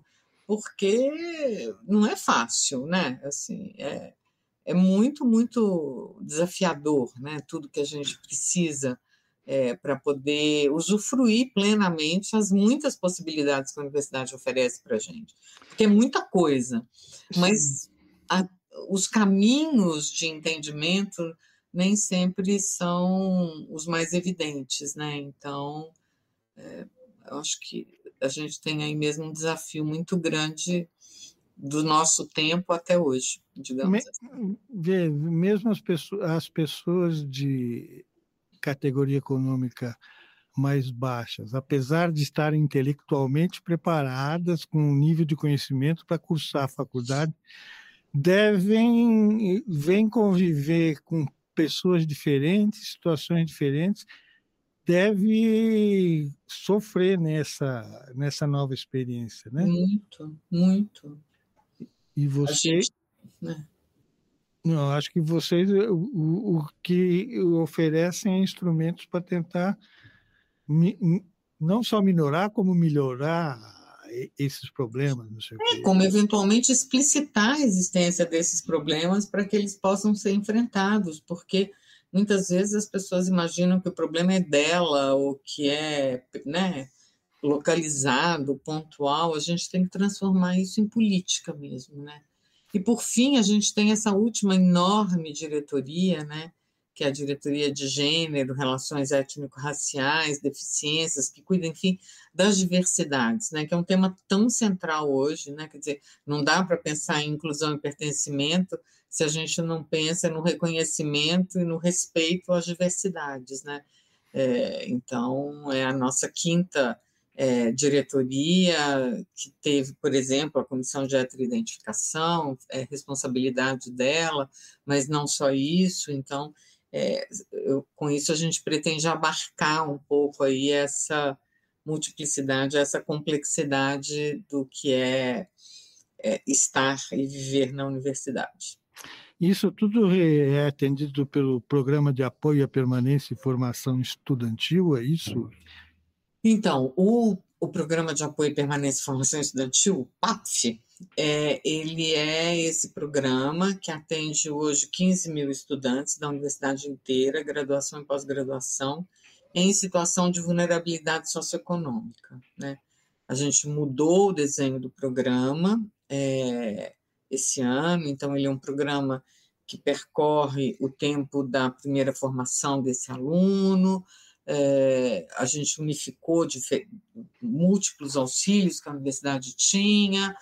porque não é fácil, né? Assim, é, é muito, muito desafiador, né? Tudo que a gente precisa é, para poder usufruir plenamente as muitas possibilidades que a universidade oferece para a gente. Porque é muita coisa, mas a, os caminhos de entendimento nem sempre são os mais evidentes, né? Então, é, eu acho que a gente tem aí mesmo um desafio muito grande do nosso tempo até hoje, digamos Me, assim. Vê, mesmo as pessoas, as pessoas de categoria econômica mais baixas, apesar de estarem intelectualmente preparadas, com um nível de conhecimento para cursar a faculdade, devem vem conviver com pessoas diferentes, situações diferentes, deve sofrer nessa, nessa nova experiência, né? Muito, muito. E você... Gente, né? Não, acho que vocês o, o que oferecem é instrumentos para tentar mi, não só minorar, como melhorar esses problemas. Não sei é, o quê. Como eventualmente explicitar a existência desses problemas para que eles possam ser enfrentados, porque muitas vezes as pessoas imaginam que o problema é dela, ou que é, né, localizado, pontual. A gente tem que transformar isso em política mesmo, né? E, por fim, a gente tem essa última enorme diretoria, né, que é a diretoria de gênero, relações étnico-raciais, deficiências, que cuida, enfim, das diversidades, né, que é um tema tão central hoje, né, quer dizer, não dá para pensar em inclusão e pertencimento se a gente não pensa no reconhecimento e no respeito às diversidades, né. É, então, é a nossa quinta é, diretoria, que teve, por exemplo, a Comissão de Heteroidentificação, é responsabilidade dela, mas não só isso. Então, é, eu, com isso a gente pretende abarcar um pouco aí essa multiplicidade, essa complexidade do que é, é estar e viver na universidade. Isso tudo é atendido pelo Programa de Apoio à Permanência e Formação Estudantil, é isso? Então, o, o Programa de Apoio à Permanência e Formação Estudantil, o P A F, é, ele é esse programa que atende hoje quinze mil estudantes da universidade inteira, graduação e pós-graduação, em situação de vulnerabilidade socioeconômica, né? A gente mudou o desenho do programa é, esse ano, então ele é um programa que percorre o tempo da primeira formação desse aluno. É, a gente unificou de, múltiplos auxílios que a universidade tinha.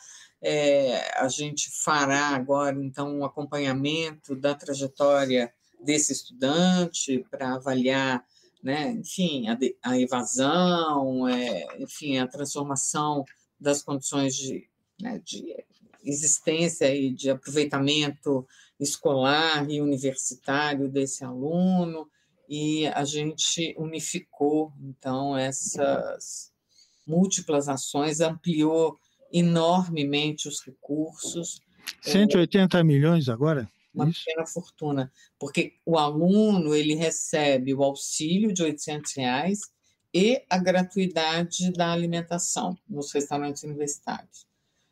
É, a gente fará agora, então, um acompanhamento da trajetória desse estudante para avaliar, né, enfim, a, a evasão, é, enfim, a transformação das condições de, né, de existência e de aproveitamento escolar e universitário desse aluno, e a gente unificou, então, essas múltiplas ações, ampliou enormemente os recursos. cento e oitenta é, milhões agora? Uma isso? pequena fortuna, porque o aluno ele recebe o auxílio de oitocentos reais e a gratuidade da alimentação nos restaurantes universitários.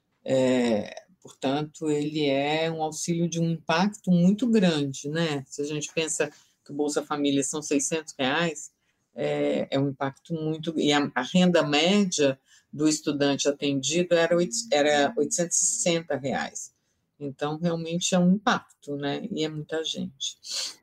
É, portanto, ele é um auxílio de um impacto muito grande, né? Se a gente pensa que o Bolsa Família são seiscentos reais, é, é um impacto muito... E a, a renda média do estudante atendido era, era oitocentos e sessenta reais. Então, realmente é um impacto, né? E é muita gente.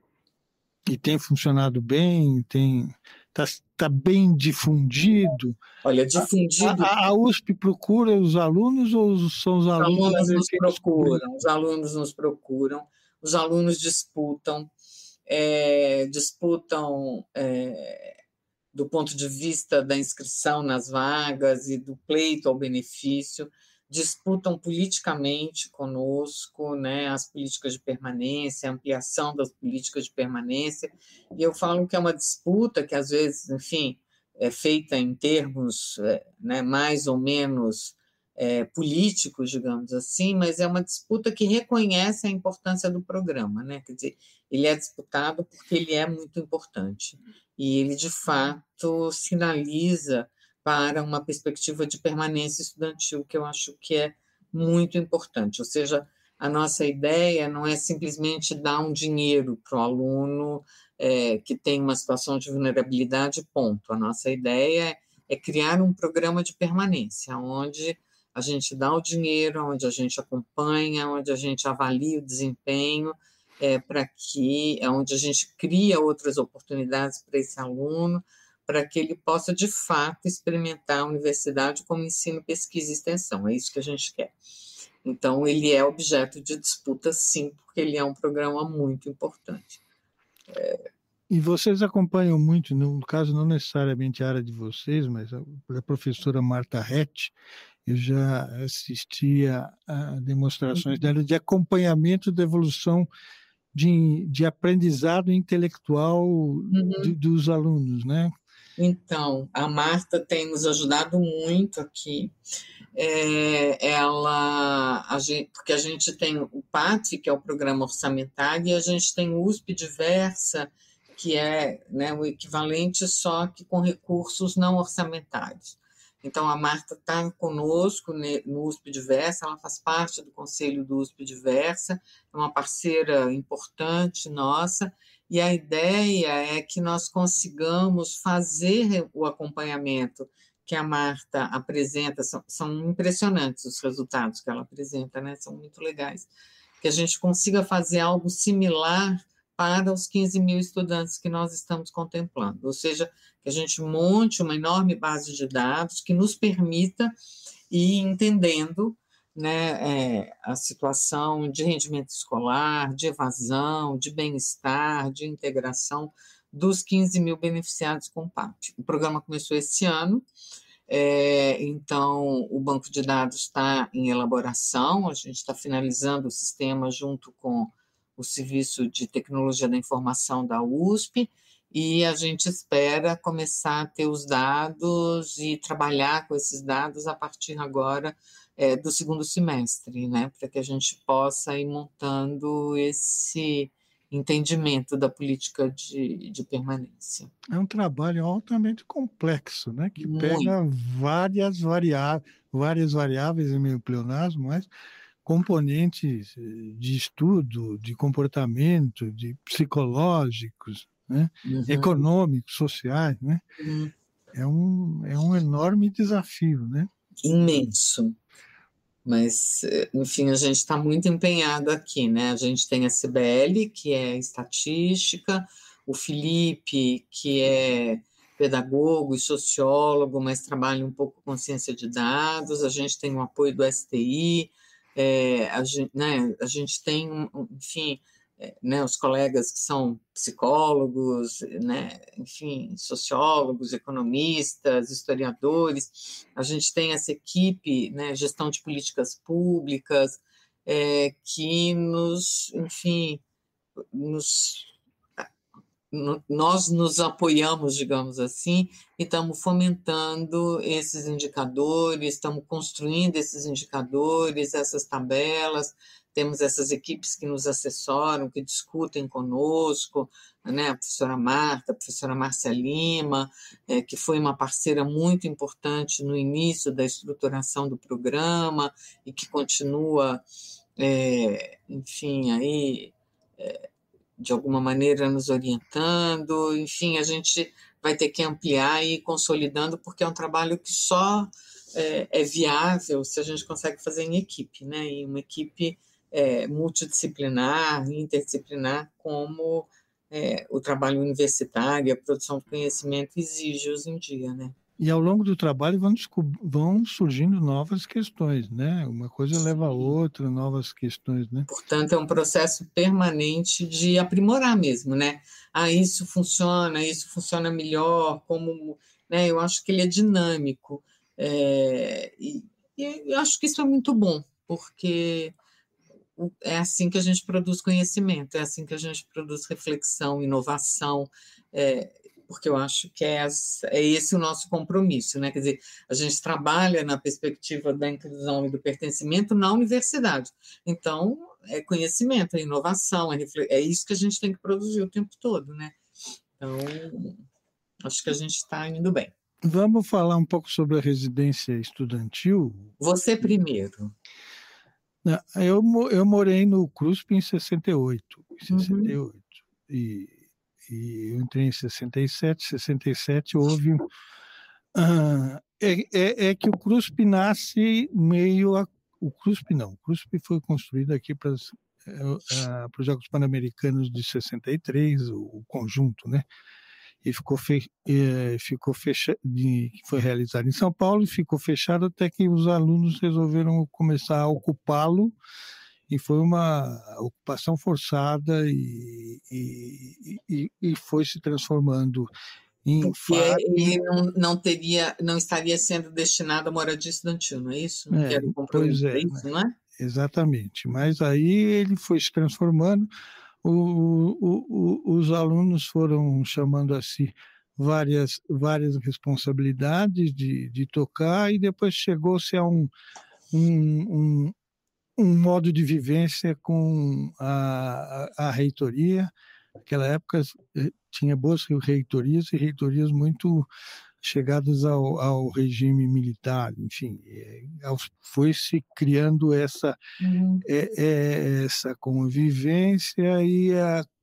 E tem funcionado bem? Tem... Está tá bem difundido? Olha, difundido... A, a, a U S P procura os alunos ou são os alunos... Os alunos nos procuram, os alunos nos procuram, os alunos disputam, é, disputam é, do ponto de vista da inscrição nas vagas e do pleito ao benefício, disputam politicamente conosco, né, as políticas de permanência, a ampliação das políticas de permanência, e eu falo que é uma disputa que, às vezes, enfim, é feita em termos, né, mais ou menos é, políticos, digamos assim, mas é uma disputa que reconhece a importância do programa, né? Quer dizer, ele é disputado porque ele é muito importante, e ele, de fato, sinaliza para uma perspectiva de permanência estudantil, que eu acho que é muito importante. Ou seja, a nossa ideia não é simplesmente dar um dinheiro para o aluno é, que tem uma situação de vulnerabilidade, ponto. A nossa ideia é criar um programa de permanência, onde a gente dá o dinheiro, onde a gente acompanha, onde a gente avalia o desempenho, é, para que, é onde a gente cria outras oportunidades para esse aluno, para que ele possa, de fato, experimentar a universidade como ensino, pesquisa e extensão. É isso que a gente quer. Então, ele é objeto de disputa, sim, porque ele é um programa muito importante. É... E vocês acompanham muito, no caso, não necessariamente a área de vocês, mas a, a professora Marta Rett, eu já assistia a demonstrações uhum. dela de acompanhamento da evolução de, de aprendizado intelectual uhum. de, dos alunos, né? Então, a Marta tem nos ajudado muito aqui. É, ela, a gente, porque a gente tem o P A T, que é o Programa Orçamentário, e a gente tem o U S P Diversa, que é, né, o equivalente, só que com recursos não orçamentários. Então, a Marta está conosco no U S P Diversa, ela faz parte do conselho do U S P Diversa, é uma parceira importante nossa, e a ideia é que nós consigamos fazer o acompanhamento que a Marta apresenta, são, são impressionantes os resultados que ela apresenta, né? São muito legais, que a gente consiga fazer algo similar para os quinze mil estudantes que nós estamos contemplando, ou seja, que a gente monte uma enorme base de dados que nos permita ir entendendo, né, é, a situação de rendimento escolar, de evasão, de bem-estar, de integração dos quinze mil beneficiados com o P A P. O programa começou esse ano, é, então o banco de dados está em elaboração, a gente está finalizando o sistema junto com o Serviço de Tecnologia da Informação da U S P, e a gente espera começar a ter os dados e trabalhar com esses dados a partir agora é, do segundo semestre, né, para que a gente possa ir montando esse entendimento da política de, de permanência. É um trabalho altamente complexo, né, que Muito. pega várias, variá várias variáveis em meio pleonasmo, mas componentes de estudo, de comportamento, de psicológicos, né? Uhum. Econômicos, sociais, né? Uhum. É um, é um enorme desafio, né? Imenso. Mas, enfim, a gente está muito empenhado aqui, né? A gente tem a C B L, que é estatística, o Felipe, que é pedagogo e sociólogo, mas trabalha um pouco com ciência de dados, a gente tem o apoio do S T I, é, a, gente, né, a gente tem, enfim, é, né, os colegas que são psicólogos, né, enfim, sociólogos, economistas, historiadores, a gente tem essa equipe, né, gestão de políticas públicas, é, que nos, enfim, nos... nós nos apoiamos, digamos assim, e estamos fomentando esses indicadores, estamos construindo esses indicadores, essas tabelas, temos essas equipes que nos assessoram, que discutem conosco, né, a professora Marta, a professora Márcia Lima, é, que foi uma parceira muito importante no início da estruturação do programa e que continua, é, enfim, aí... É, de alguma maneira nos orientando, enfim, a gente vai ter que ampliar e ir consolidando, porque é um trabalho que só é, é viável se a gente consegue fazer em equipe, né? E uma equipe é, multidisciplinar, interdisciplinar, como é, o trabalho universitário, a produção de conhecimento exige hoje em dia, né? E ao longo do trabalho vão, vão surgindo novas questões, né? Uma coisa Sim. leva a outra, novas questões, né? Portanto, é um processo permanente de aprimorar mesmo, né? Ah, isso funciona, isso funciona melhor, como... Né? Eu acho que ele é dinâmico. É, e, e eu acho que isso é muito bom, porque é assim que a gente produz conhecimento, é assim que a gente produz reflexão, inovação, é, porque eu acho que é, é esse o nosso compromisso, né? Quer dizer, a gente trabalha na perspectiva da inclusão e do pertencimento na universidade. Então, é conhecimento, é inovação, é, é isso que a gente tem que produzir o tempo todo, né? Então, acho que a gente está indo bem. Vamos falar um pouco sobre a residência estudantil? Você primeiro. Eu, eu morei no C R U S P em sessenta e oito. Em sessenta e oito. Uhum. E, e eu entrei em sessenta e sete. sessenta e sete houve... Uh, é, é, é que o C R U S P nasce meio... A, o C R U S P não. O C R U S P foi construído aqui para, uh, para os Jogos Pan-Americanos de sessenta e três, o, o conjunto, né? E ficou, fe, eh, ficou fechado, foi realizado em São Paulo e ficou fechado até que os alunos resolveram começar a ocupá-lo, e foi uma ocupação forçada e, e, e, e foi se transformando em... Porque ele não, não, teria, não estaria sendo destinado à moradia estudantil, não é isso? É, Era um compromisso, pois é, é isso, né? não é? Exatamente, mas aí ele foi se transformando. O, o, o, os alunos foram chamando a si várias, várias responsabilidades de, de tocar, e depois chegou-se a um, um, um, um modo de vivência com a, a, a reitoria. Naquela época tinha boas reitorias e reitorias muito chegadas ao, ao regime militar, enfim, foi se criando essa, uhum. é, é, essa convivência e, a,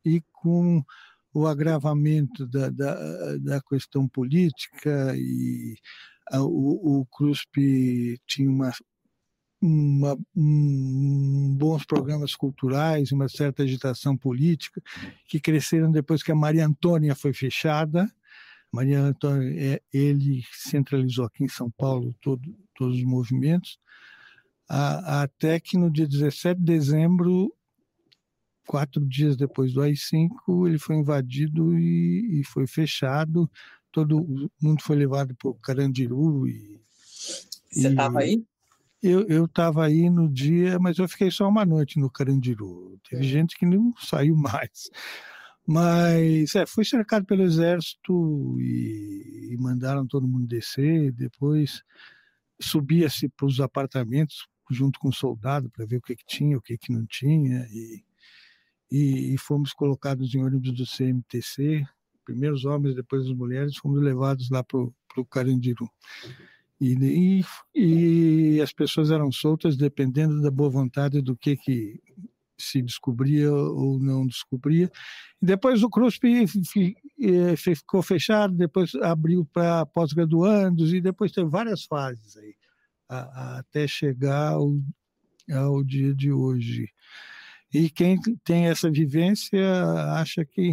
e com o agravamento da, da, da questão política, e a, o, o CRUSP tinha uma, uma, um, bons programas culturais, uma certa agitação política, que cresceram depois que a Maria Antônia foi fechada. Maria Antônia, ele centralizou aqui em São Paulo todo, todos os movimentos, a, até que no dia dezessete de dezembro, quatro dias depois do A I cinco, ele foi invadido e, e foi fechado. Todo mundo foi levado para o Carandiru. E, Você estava aí? Eu estava aí no dia, mas eu fiquei só uma noite no Carandiru. Teve é. gente que não saiu mais. Mas é, fui cercado pelo exército e, e mandaram todo mundo descer. Depois subia-se para os apartamentos junto com o soldado para ver o que, que tinha, o que, que não tinha. E, e, e fomos colocados em ônibus do C M T C. Primeiro os homens, depois as mulheres, fomos levados lá para o Carandiru. E, e, e as pessoas eram soltas dependendo da boa vontade do que, que se descobria ou não descobria. E depois o CRUSP ficou fechado, depois abriu para pós-graduandos, e depois teve várias fases aí, a, a, até chegar ao, ao dia de hoje. E quem tem essa vivência acha que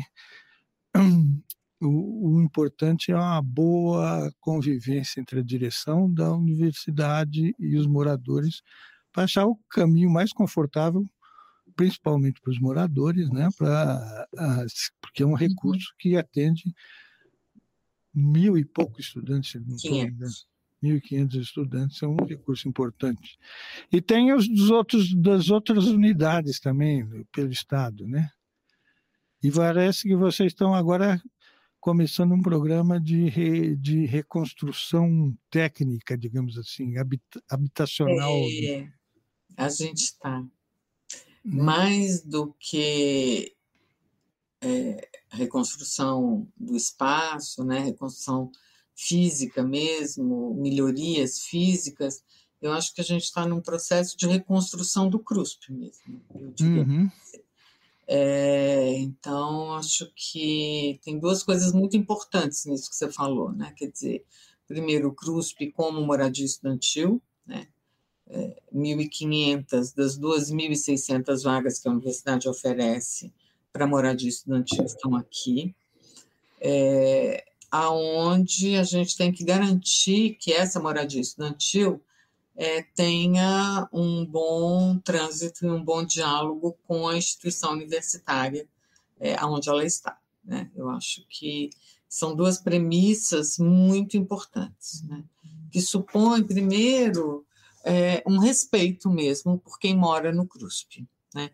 o, o importante é uma boa convivência entre a direção da universidade e os moradores, para achar o caminho mais confortável, principalmente para os moradores, né, pra, a, porque é um recurso que atende mil e poucos estudantes, não estou ligando. mil e quinhentos estudantes, é um recurso importante. E tem os dos outros, das outras unidades também, pelo Estado, né? E parece que vocês estão agora começando um programa de, re, de reconstrução técnica, digamos assim, habita, habitacional. É, a gente está. Hum. Mais do que é, reconstrução do espaço, né, reconstrução física mesmo, melhorias físicas, eu acho que a gente está num processo de reconstrução do CRUSP mesmo, eu diria. Uhum. É, então, acho que tem duas coisas muito importantes nisso que você falou, né? Quer dizer, primeiro, o CRUSP como moradia estudantil, né? É, mil e quinhentas das duas mil e seiscentas vagas que a universidade oferece para moradia estudantil estão aqui, é, aonde a gente tem que garantir que essa moradia estudantil É, tenha um bom trânsito e um bom diálogo com a instituição universitária é, onde ela está, né? Eu acho que são duas premissas muito importantes, né? Que supõem, primeiro, é, um respeito mesmo por quem mora no CRUSP, né?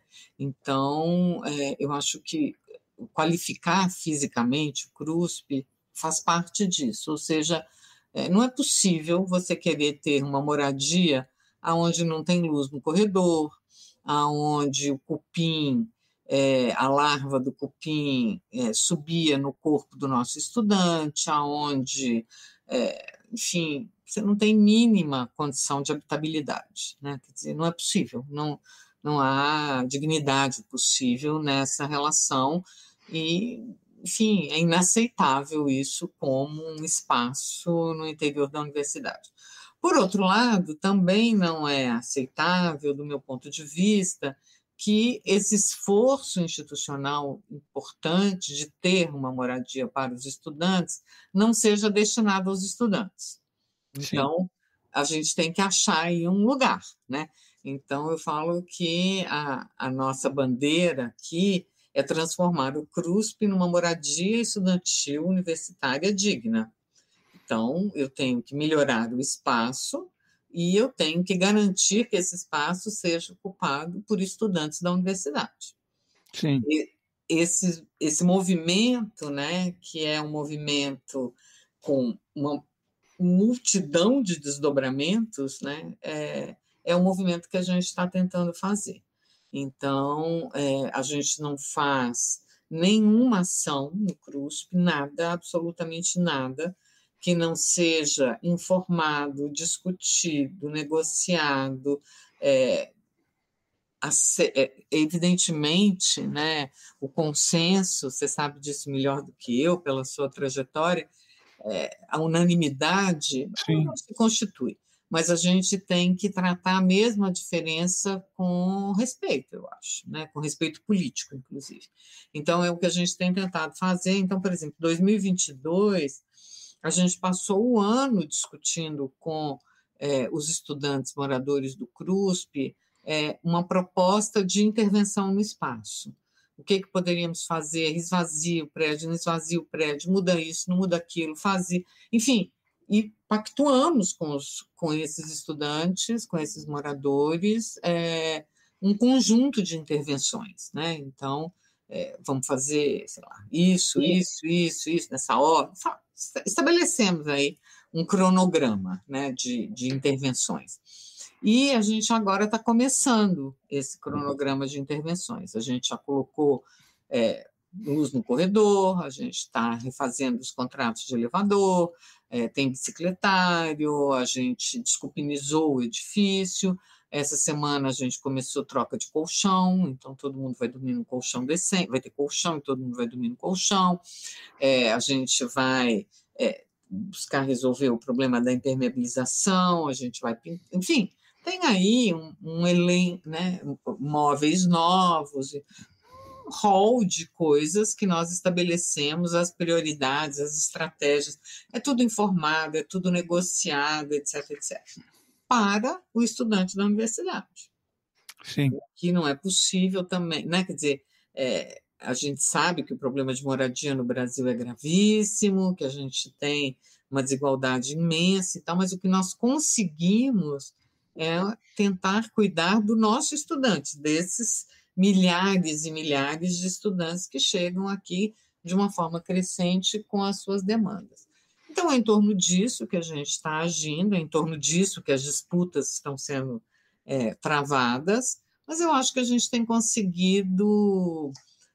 Então, é, eu acho que qualificar fisicamente o CRUSP faz parte disso, ou seja, É, não é possível você querer ter uma moradia onde não tem luz no corredor, onde o cupim, é, a larva do cupim é, subia no corpo do nosso estudante, onde, é, enfim, você não tem mínima condição de habitabilidade, né? Quer dizer, não é possível, não, não há dignidade possível nessa relação e... Enfim, é inaceitável isso como um espaço no interior da universidade. Por outro lado, também não é aceitável, do meu ponto de vista, que esse esforço institucional importante de ter uma moradia para os estudantes não seja destinado aos estudantes. Então, Sim. a gente tem que achar aí um lugar, né? Então, eu falo que a, a nossa bandeira aqui é transformar o CRUSP numa moradia estudantil universitária digna. Então, eu tenho que melhorar o espaço e eu tenho que garantir que esse espaço seja ocupado por estudantes da universidade. Sim. E esse, esse movimento, né, que é um movimento com uma multidão de desdobramentos, né, é, é um movimento que a gente está tentando fazer. Então, é, a gente não faz nenhuma ação no CRUSP, nada, absolutamente nada, que não seja informado, discutido, negociado, é, evidentemente, né, o consenso, você sabe disso melhor do que eu, pela sua trajetória, é, a unanimidade não se constitui, mas a gente tem que tratar a mesma diferença com respeito, eu acho, né, com respeito político, inclusive. Então, é o que a gente tem tentado fazer. Então, por exemplo, dois mil e vinte e dois, a gente passou o ano discutindo com é, os estudantes moradores do CRUSP é, uma proposta de intervenção no espaço. O que, que poderíamos fazer? Esvazia o prédio, não esvazia o prédio, muda isso, não muda aquilo, fazia... Enfim, e pactuamos com, os, com esses estudantes, com esses moradores, é, um conjunto de intervenções, né? Então, é, vamos fazer, sei lá, isso, isso, isso, isso, nessa ordem. Estabelecemos aí um cronograma, né, de, de intervenções. E a gente agora está começando esse cronograma de intervenções. A gente já colocou é, luz no corredor, a gente está refazendo os contratos de elevador, é, tem bicicletário, a gente desculpinizou o edifício. Essa semana a gente começou troca de colchão, então todo mundo vai dormir no colchão decente, vai ter colchão e todo mundo vai dormir no colchão. É, a gente vai é, buscar resolver o problema da impermeabilização, a gente vai... Enfim, tem aí um, um elenco, né, móveis novos, um hall de coisas que nós estabelecemos, as prioridades, as estratégias. É tudo informado, é tudo negociado, etc, etcétera, para o estudante da universidade. Sim. O que não é possível também, né? Quer dizer, é, a gente sabe que o problema de moradia no Brasil é gravíssimo, que a gente tem uma desigualdade imensa e tal, mas o que nós conseguimos é tentar cuidar do nosso estudante, desses milhares e milhares de estudantes que chegam aqui de uma forma crescente com as suas demandas. Então, é em torno disso que a gente está agindo, é em torno disso que as disputas estão sendo é, travadas, mas eu acho que a gente tem conseguido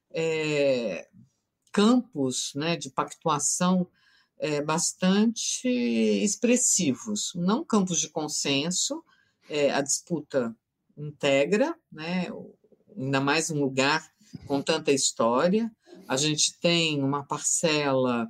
é, campos, né, de pactuação é, bastante expressivos, não campos de consenso. É, a disputa integra, né, ainda mais um lugar com tanta história. A gente tem uma parcela,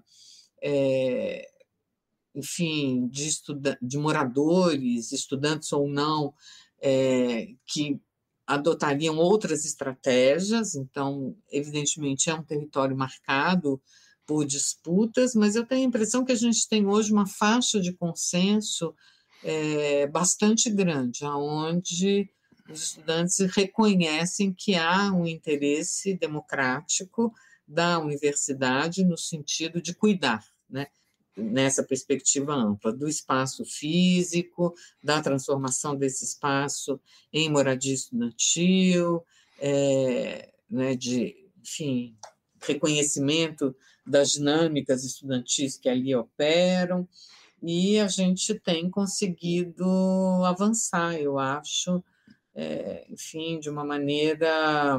é, enfim, de, estuda de moradores, estudantes ou não, é, que adotariam outras estratégias. Então, evidentemente, é um território marcado por disputas, mas eu tenho a impressão que a gente tem hoje uma faixa de consenso É, bastante grande, onde os estudantes reconhecem que há um interesse democrático da universidade no sentido de cuidar, né, nessa perspectiva ampla, do espaço físico, da transformação desse espaço em moradia estudantil, é, né, de, enfim, reconhecimento das dinâmicas estudantis que ali operam. E a gente tem conseguido avançar, eu acho, é, enfim, de uma maneira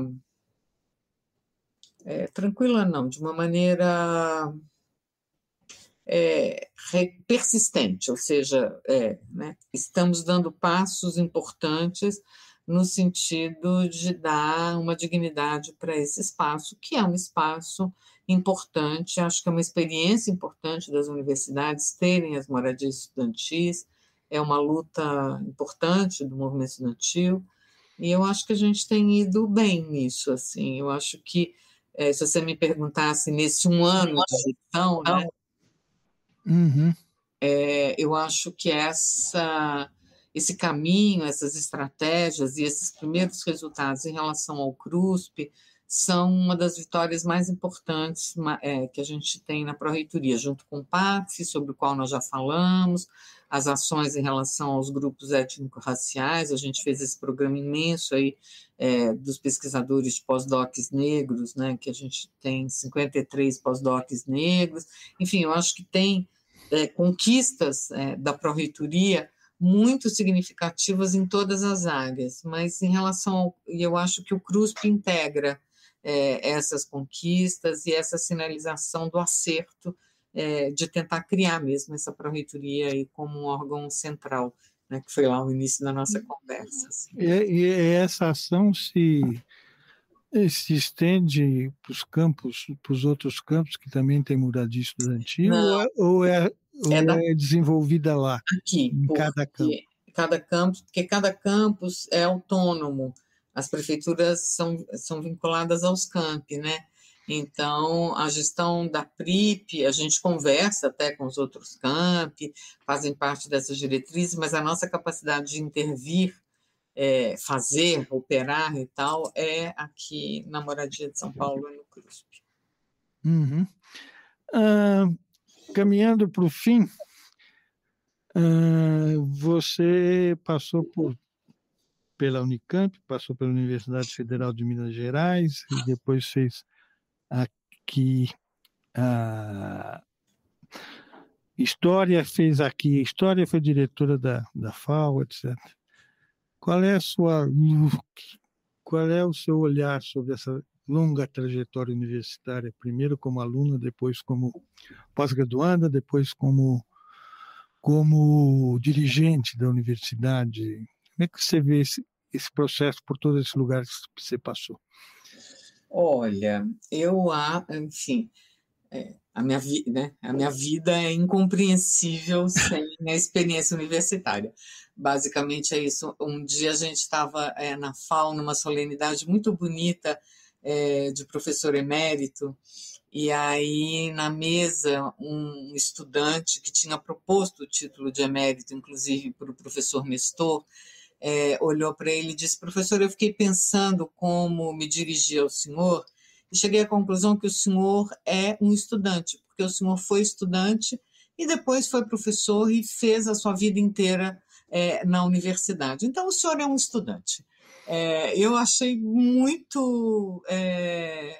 é, tranquila, não, de uma maneira é, persistente, ou seja, é, né, estamos dando passos importantes no sentido de dar uma dignidade para esse espaço, que é um espaço importante. Acho que é uma experiência importante das universidades terem as moradias estudantis, é uma luta importante do movimento estudantil, e eu acho que a gente tem ido bem nisso, assim. Eu acho que, é, se você me perguntasse nesse um ano de gestão, né, Uhum. é, eu acho que essa, esse caminho, essas estratégias e esses primeiros resultados em relação ao CRUSP são uma das vitórias mais importantes é, que a gente tem na Pró-Reitoria, junto com o P A F, sobre o qual nós já falamos, as ações em relação aos grupos étnico-raciais. A gente fez esse programa imenso aí, é, dos pesquisadores de pós-docs negros, né, que a gente tem cinquenta e três pós-docs negros. Enfim, eu acho que tem é, conquistas é, da Pró-Reitoria muito significativas em todas as áreas, mas em relação ao, e eu acho que o CRUSP integra É, essas conquistas e essa sinalização do acerto é, de tentar criar mesmo essa Pró-Reitoria aí como um órgão central né, que foi lá o início da nossa conversa. Assim. E, e essa ação se, se estende para os campos, para os outros campos que também tem moradia estudantil, Não, ou é, ou é, é, da, é desenvolvida lá, aqui, em cada campo? Cada campus, porque cada campus é autônomo, as prefeituras são, são vinculadas aos campi, né? Então, a gestão da P R I P, a gente conversa até com os outros campi, fazem parte dessas diretrizes, mas a nossa capacidade de intervir, é, fazer, operar e tal, é aqui na moradia de São Paulo e no CRUSP. Uhum. Ah, caminhando para o fim, ah, você passou por, pela Unicamp, passou pela Universidade Federal de Minas Gerais e depois fez aqui a História, fez aqui História, foi diretora da, da F A O, etcétera. Qual é a sua, qual é o seu olhar sobre essa longa trajetória universitária, primeiro como aluna, depois como pós-graduanda, depois como, como dirigente da universidade? Como é que você vê esse, esse processo por todos esses lugares que você passou? Olha, eu, enfim, é, a, minha vi, né, a minha vida é incompreensível sem a experiência universitária. Basicamente é isso. Um dia a gente estava é, na F A O, numa solenidade muito bonita, é, de professor emérito, e aí na mesa um estudante que tinha proposto o título de emérito, inclusive para o professor Nestor, é, olhou para ele e disse: professor, eu fiquei pensando como me dirigir ao senhor e cheguei à conclusão que o senhor é um estudante, porque o senhor foi estudante e depois foi professor e fez a sua vida inteira é, na universidade. Então, o senhor é um estudante. É, eu achei muito, é,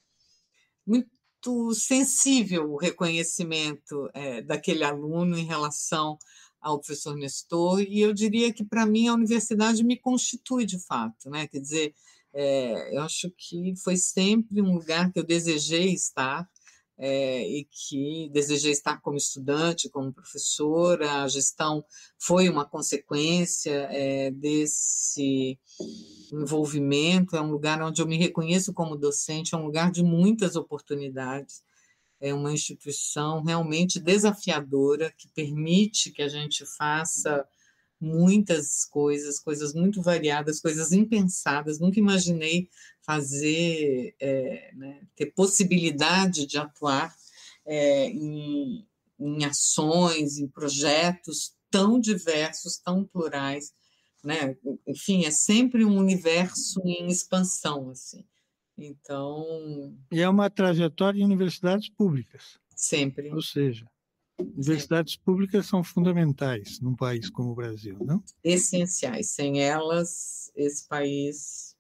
muito sensível o reconhecimento é, daquele aluno em relação ao professor Nestor, e eu diria que, para mim, a universidade me constitui de fato, né? Quer dizer, é, eu acho que foi sempre um lugar que eu desejei estar, é, e que desejei estar como estudante, como professora. A gestão foi uma consequência é, desse envolvimento, é um lugar onde eu me reconheço como docente, é um lugar de muitas oportunidades, é uma instituição realmente desafiadora, que permite que a gente faça muitas coisas, coisas muito variadas, coisas impensadas. Nunca imaginei fazer, é, né, ter possibilidade de atuar é, em, em ações, em projetos tão diversos, tão plurais, né? Enfim, é sempre um universo em expansão, assim. Então... E é uma trajetória em universidades públicas. Sempre. Ou seja, universidades sempre. Públicas são fundamentais num país como o Brasil, não? Essenciais. Sem elas, esse país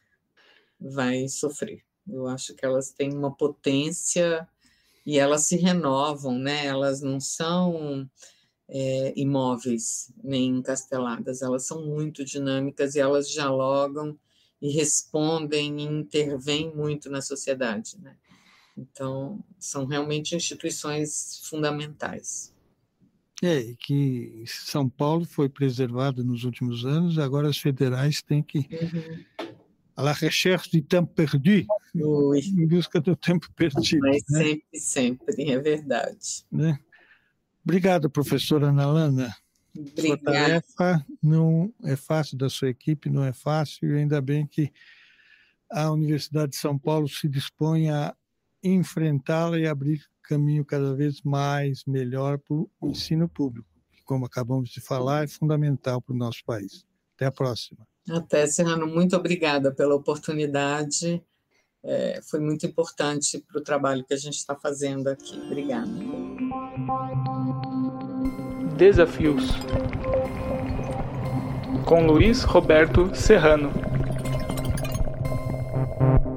vai sofrer. Eu acho que elas têm uma potência e elas se renovam, né? Elas não são é, imóveis nem encasteladas, elas são muito dinâmicas e elas dialogam e respondem e intervêm muito na sociedade, né? Então, são realmente instituições fundamentais. É, e que São Paulo foi preservado nos últimos anos, agora as federais têm que... Uhum. À la recherche du temps perdu, Ui. Em busca do tempo perdido. Mas né? sempre, sempre, é verdade. Né? Obrigado, professora Ana Lana. Obrigada. Sua tarefa não é fácil, da sua equipe não é fácil, e ainda bem que a Universidade de São Paulo se dispõe a enfrentá-la e abrir caminho cada vez mais, melhor para o ensino público, que, como acabamos de falar, é fundamental para o nosso país. Até a próxima. Até, Serrano, muito obrigada pela oportunidade. É, foi muito importante para o trabalho que a gente está fazendo aqui. Obrigada. Desafios, com Luiz Roberto Serrano.